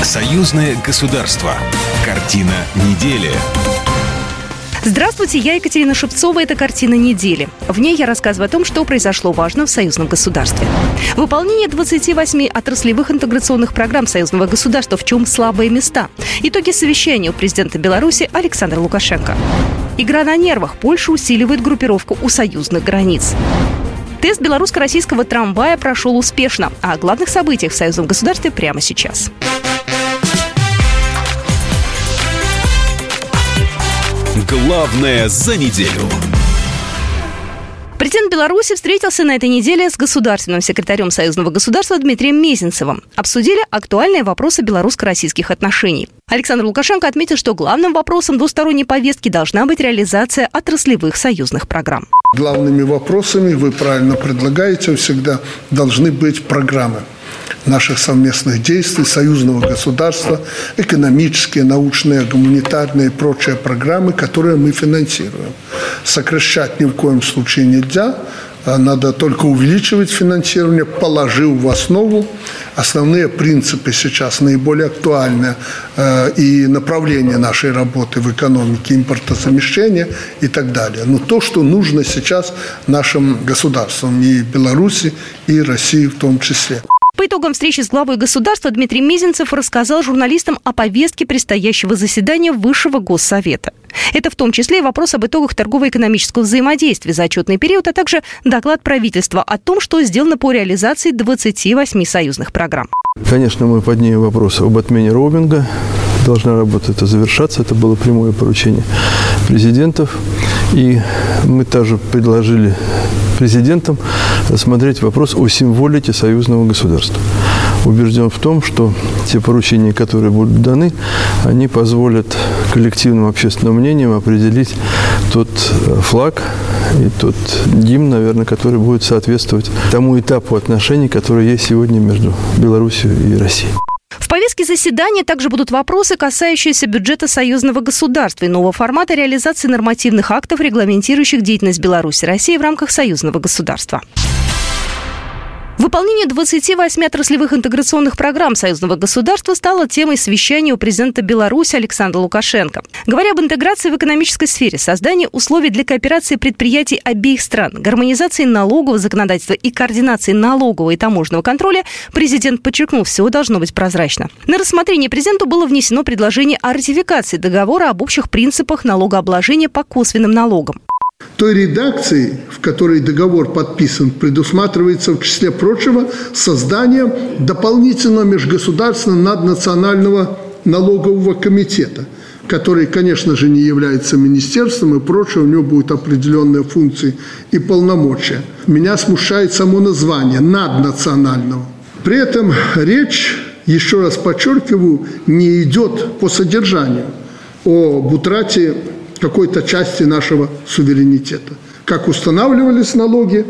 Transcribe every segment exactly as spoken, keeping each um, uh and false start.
Союзное государство. Картина недели. Здравствуйте, я Екатерина Шевцова. Это «Картина недели». В ней я рассказываю о том, что произошло важно в союзном государстве. Выполнение двадцати восьми отраслевых интеграционных программ союзного государства, в чем слабые места. Итоги совещания у президента Беларуси Александра Лукашенко. Игра на нервах. Польша усиливает группировку у союзных границ. Тест белорусско-российского трамвая прошел успешно. О главных событиях в союзном государстве прямо сейчас. Главное за неделю. Президент Беларуси встретился на этой неделе с государственным секретарем союзного государства Дмитрием Мезенцевым. Обсудили актуальные вопросы белорусско-российских отношений. Александр Лукашенко отметил, что главным вопросом двусторонней повестки должна быть реализация отраслевых союзных программ. Главными вопросами, вы правильно предлагаете, всегда должны быть программы наших совместных действий, союзного государства, экономические, научные, гуманитарные и прочие программы, которые мы финансируем. Сокращать ни в коем случае нельзя, надо только увеличивать финансирование, положив в основу основные принципы сейчас, наиболее актуальные э, и направления нашей работы в экономике, импортозамещения и так далее. Но то, что нужно сейчас нашим государствам, и Беларуси, и России в том числе. По итогам встречи с главой государства Дмитрий Мезенцев рассказал журналистам о повестке предстоящего заседания Высшего Госсовета. Это в том числе и вопрос об итогах торгово-экономического взаимодействия за отчетный период, а также доклад правительства о том, что сделано по реализации двадцати восьми союзных программ. Конечно, мы поднимем вопрос об отмене роуминга. Должна работа это завершаться. Это было прямое поручение президентов. И мы также предложили президентам рассмотреть вопрос о символике союзного государства. Убежден в том, что те поручения, которые будут даны, они позволят коллективным общественным мнением определить тот флаг и тот гимн, наверное, который будет соответствовать тому этапу отношений, который есть сегодня между Беларусью и Россией. В повестке заседания также будут вопросы, касающиеся бюджета союзного государства и нового формата реализации нормативных актов, регламентирующих деятельность Беларуси и России в рамках союзного государства. Выполнение двадцати восьми отраслевых интеграционных программ союзного государства стало темой совещания у президента Беларуси Александра Лукашенко. Говоря об интеграции в экономической сфере, создании условий для кооперации предприятий обеих стран, гармонизации налогового законодательства и координации налогового и таможенного контроля, президент подчеркнул, все должно быть прозрачно. На рассмотрение президенту было внесено предложение о ратификации договора об общих принципах налогообложения по косвенным налогам. Той редакции, в которой договор подписан, предусматривается, в числе прочего, создание дополнительного межгосударственного наднационального налогового комитета, который, конечно же, не является министерством и прочее, у него будут определенные функции и полномочия. Меня смущает само название наднационального. При этом речь, еще раз подчеркиваю, не идет по содержанию об утрате какой-то части нашего суверенитета. Как устанавливались налоги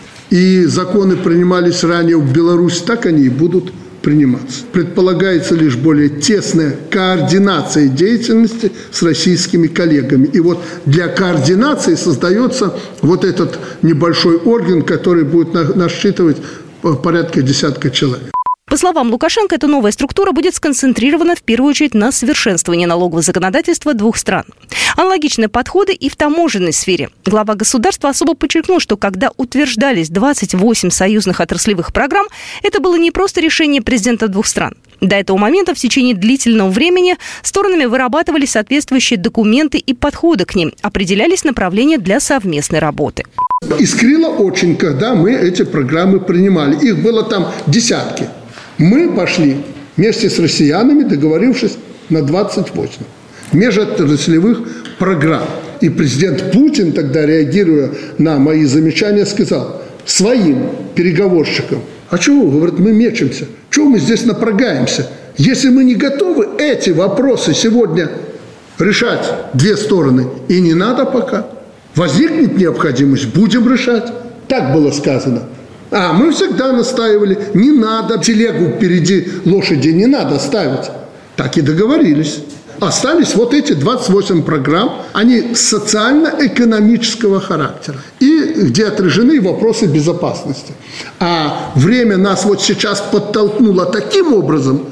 и законы принимались ранее в Беларуси, так они и будут приниматься. Предполагается лишь более тесная координация деятельности с российскими коллегами. И вот для координации создается вот этот небольшой орган, который будет насчитывать порядка десятка человек. По словам Лукашенко, эта новая структура будет сконцентрирована в первую очередь на совершенствовании налогового законодательства двух стран. Аналогичные подходы и в таможенной сфере. Глава государства особо подчеркнул, что когда утверждались двадцать восемь союзных отраслевых программ, это было не просто решение президента двух стран. До этого момента в течение длительного времени сторонами вырабатывались соответствующие документы и подходы к ним, определялись направления для совместной работы. Искрило очень, когда мы эти программы принимали. Их было там десятки. Мы пошли вместе с россиянами, договорившись на двадцать восемь межотраслевых программ. И президент Путин тогда, реагируя на мои замечания, сказал своим переговорщикам: а чего, говорит, мы мечемся? Чего мы здесь напрягаемся? Если мы не готовы эти вопросы сегодня решать две стороны, и не надо пока. Возникнет необходимость, будем решать. Так было сказано. А мы всегда настаивали, не надо телегу впереди лошади, не надо ставить. Так и договорились. Остались вот эти двадцать восемь программ, они социально-экономического характера, и где отражены вопросы безопасности. А время нас вот сейчас подтолкнуло таким образом,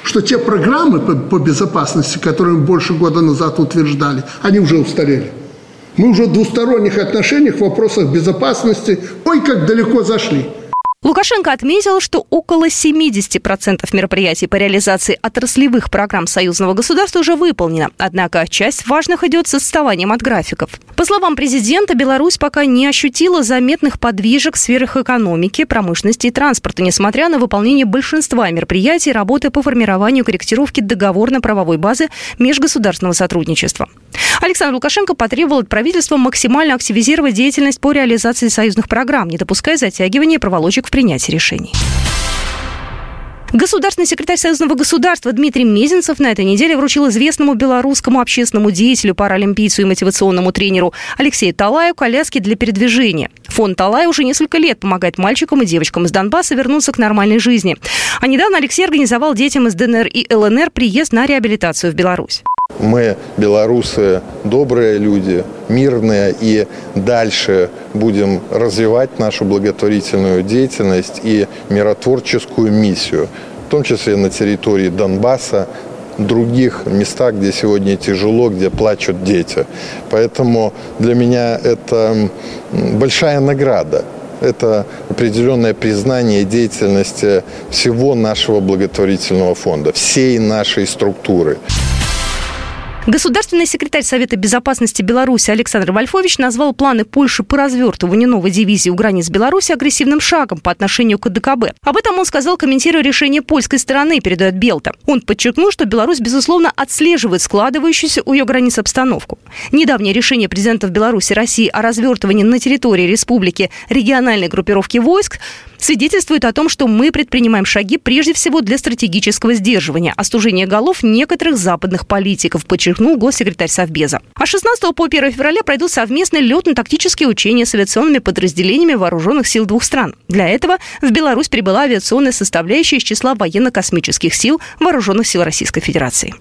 что те программы по, по безопасности, которые мы больше года назад утверждали, они уже устарели. Мы уже в двусторонних отношениях в вопросах безопасности, ой, как далеко зашли. Лукашенко отметил, что около семьдесят процентов мероприятий по реализации отраслевых программ союзного государства уже выполнена. Однако часть важных идет с отставанием от графиков. По словам президента, Беларусь пока не ощутила заметных подвижек в сферах экономики, промышленности и транспорта, несмотря на выполнение большинства мероприятий работы по формированию и корректировке договорно-правовой базы межгосударственного сотрудничества. Александр Лукашенко потребовал от правительства максимально активизировать деятельность по реализации союзных программ, не допуская затягивания проволочек в принятии решений. Государственный секретарь Союзного государства Дмитрий Мезенцев на этой неделе вручил известному белорусскому общественному деятелю, паралимпийцу и мотивационному тренеру Алексею Талаю коляски для передвижения. Фонд Талая уже несколько лет помогает мальчикам и девочкам из Донбасса вернуться к нормальной жизни. А недавно Алексей организовал детям из ДНР и ЛНР приезд на реабилитацию в Беларусь. Мы, белорусы, добрые люди, мирные, и дальше будем развивать нашу благотворительную деятельность и миротворческую миссию, в том числе на территории Донбасса, других местах, где сегодня тяжело, где плачут дети. Поэтому для меня это большая награда. Это определенное признание деятельности всего нашего благотворительного фонда, всей нашей структуры. Государственный секретарь Совета безопасности Беларуси Александр Вольфович назвал планы Польши по развертыванию новой дивизии у границ Беларуси агрессивным шагом по отношению к АДКБ. Об этом он сказал, комментируя решение польской стороны, передает Белта. Он подчеркнул, что Беларусь, безусловно, отслеживает складывающуюся у ее границ обстановку. Недавнее решение президентов Беларуси и России о развертывании на территории республики региональной группировки войск свидетельствует о том, что мы предпринимаем шаги прежде всего для стратегического сдерживания, остужения голов некоторых западных политиков, подчеркнул госсекретарь Совбеза. А с шестнадцатого по первое февраля пройдут совместные летно-тактические учения с авиационными подразделениями вооруженных сил двух стран. Для этого в Беларусь прибыла авиационная составляющая из числа военно-космических сил вооруженных сил Российской Федерации.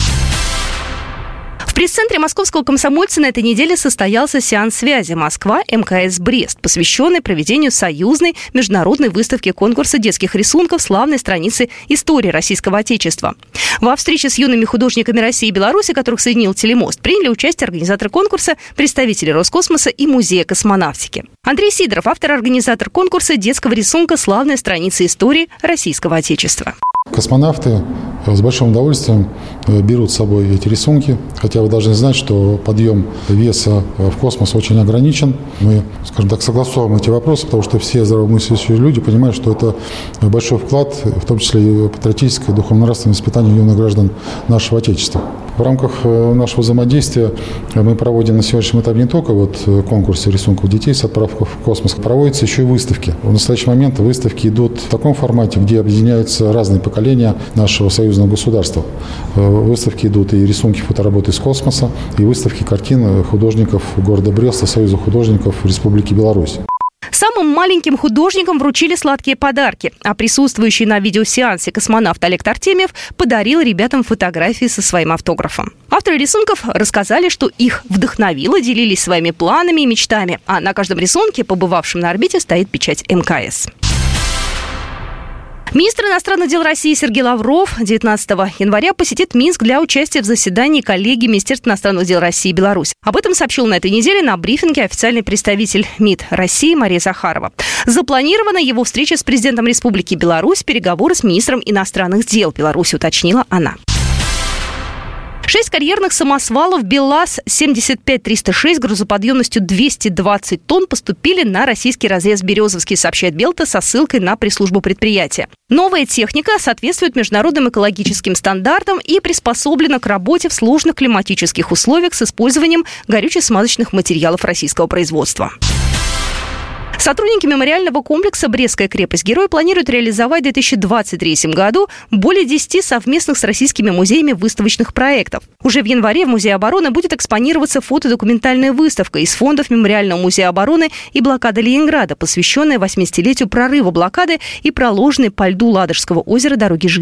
В пресс-центре московского комсомольца на этой неделе состоялся сеанс связи Москва-МКС Брест, посвященный проведению союзной международной выставки конкурса детских рисунков славной страницы истории российского Отечества. Во встрече с юными художниками России и Беларуси, которых соединил телемост, приняли участие организаторы конкурса, представители Роскосмоса и Музея космонавтики. Андрей Сидоров, автор-организатор конкурса детского рисунка «Славная страница истории российского Отечества». Космонавты с большим удовольствием берут с собой эти рисунки, хотя вы должны знать, что подъем веса в космос очень ограничен. Мы, скажем так, согласовываем эти вопросы, потому что все здравомыслящие люди понимают, что это большой вклад, в том числе и патриотическое, духовно-нравственное воспитание юных граждан нашего Отечества. В рамках нашего взаимодействия мы проводим на сегодняшнем этапе не только вот конкурсы рисунков детей с отправкой в космос, проводятся еще и выставки. В настоящий момент выставки идут в таком формате, где объединяются разные поколения нашего союзного государства. Выставки идут и рисунки, фотоработы из космоса, и выставки картин художников города Бреста, Союза художников Республики Беларусь. Самым маленьким художникам вручили сладкие подарки, а присутствующий на видеосеансе космонавт Олег Артемьев подарил ребятам фотографии со своим автографом. Авторы рисунков рассказали, что их вдохновило, делились своими планами и мечтами, а на каждом рисунке, побывавшем на орбите, стоит печать МКС. Министр иностранных дел России Сергей Лавров девятнадцатого января посетит Минск для участия в заседании коллегии Министерства иностранных дел России и Беларуси. Об этом сообщил на этой неделе на брифинге официальный представитель МИД России Мария Захарова. Запланирована его встреча с президентом Республики Беларусь, переговоры с министром иностранных дел Беларуси, уточнила она. Шесть карьерных самосвалов БелАЗ семьдесят пять триста шесть грузоподъемностью двести двадцать тонн поступили на российский разрез Березовский, сообщает Белта со ссылкой на пресс-службу предприятия. Новая техника соответствует международным экологическим стандартам и приспособлена к работе в сложных климатических условиях с использованием горюче-смазочных материалов российского производства. Сотрудники мемориального комплекса «Брестская крепость-герой» планируют реализовать в две тысячи двадцать третьем году более десяти совместных с российскими музеями выставочных проектов. Уже в январе в Музее обороны будет экспонироваться фотодокументальная выставка из фондов Мемориального музея обороны и блокады Ленинграда, посвященная восьмидесятилетию прорыва блокады и проложенной по льду Ладожского озера дороги жизни.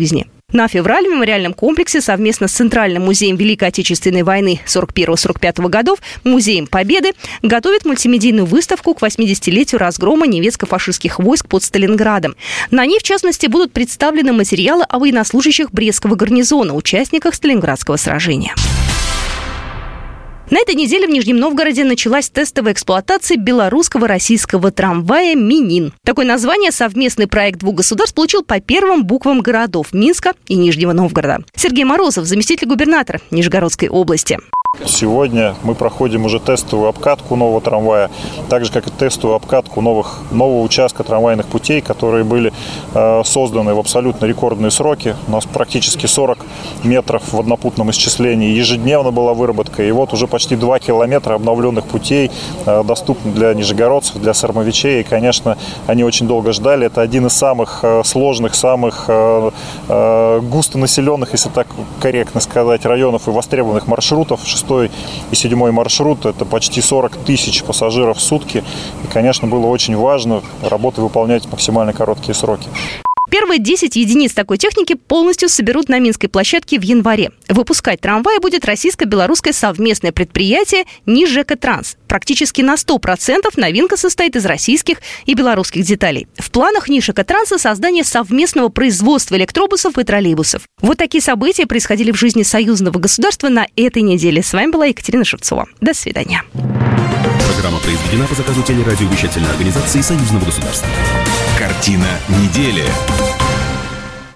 На февраль в мемориальном комплексе совместно с Центральным музеем Великой Отечественной войны сорок первого — сорок пятого годов, Музеем Победы готовят мультимедийную выставку к восьмидесятилетию разгрома немецко-фашистских войск под Сталинградом. На ней, в частности, будут представлены материалы о военнослужащих Брестского гарнизона, участниках Сталинградского сражения. На этой неделе в Нижнем Новгороде началась тестовая эксплуатация белорусского российского трамвая «Минин». Такое название совместный проект двух государств получил по первым буквам городов Минска и Нижнего Новгорода. Сергей Морозов, заместитель губернатора Нижегородской области. Сегодня мы проходим уже тестовую обкатку нового трамвая, так же, как и тестовую обкатку новых, нового участка трамвайных путей, которые были э, созданы в абсолютно рекордные сроки. У нас практически сорок метров в однопутном исчислении. Ежедневно была выработка. И вот уже почти два километра обновленных путей э, доступны для нижегородцев, для сармовичей. И, конечно, они очень долго ждали. Это один из самых э, сложных, самых э, э, густонаселенных, если так корректно сказать, районов и востребованных маршрутов. Шестой и седьмой маршрут – это почти сорок тысяч пассажиров в сутки. И, конечно, было очень важно работы выполнять в максимально короткие сроки. Первые десять единиц такой техники полностью соберут на Минской площадке в январе. Выпускать трамваи будет российско-белорусское совместное предприятие «Нижэкотранс». Практически на сто процентов новинка состоит из российских и белорусских деталей. В планах Нижэкотранса создание совместного производства электробусов и троллейбусов. Вот такие события происходили в жизни союзного государства на этой неделе. С вами была Екатерина Шевцова. До свидания. Программа произведена по заказу телерадиовещательной организации Союзного государства. Картина недели.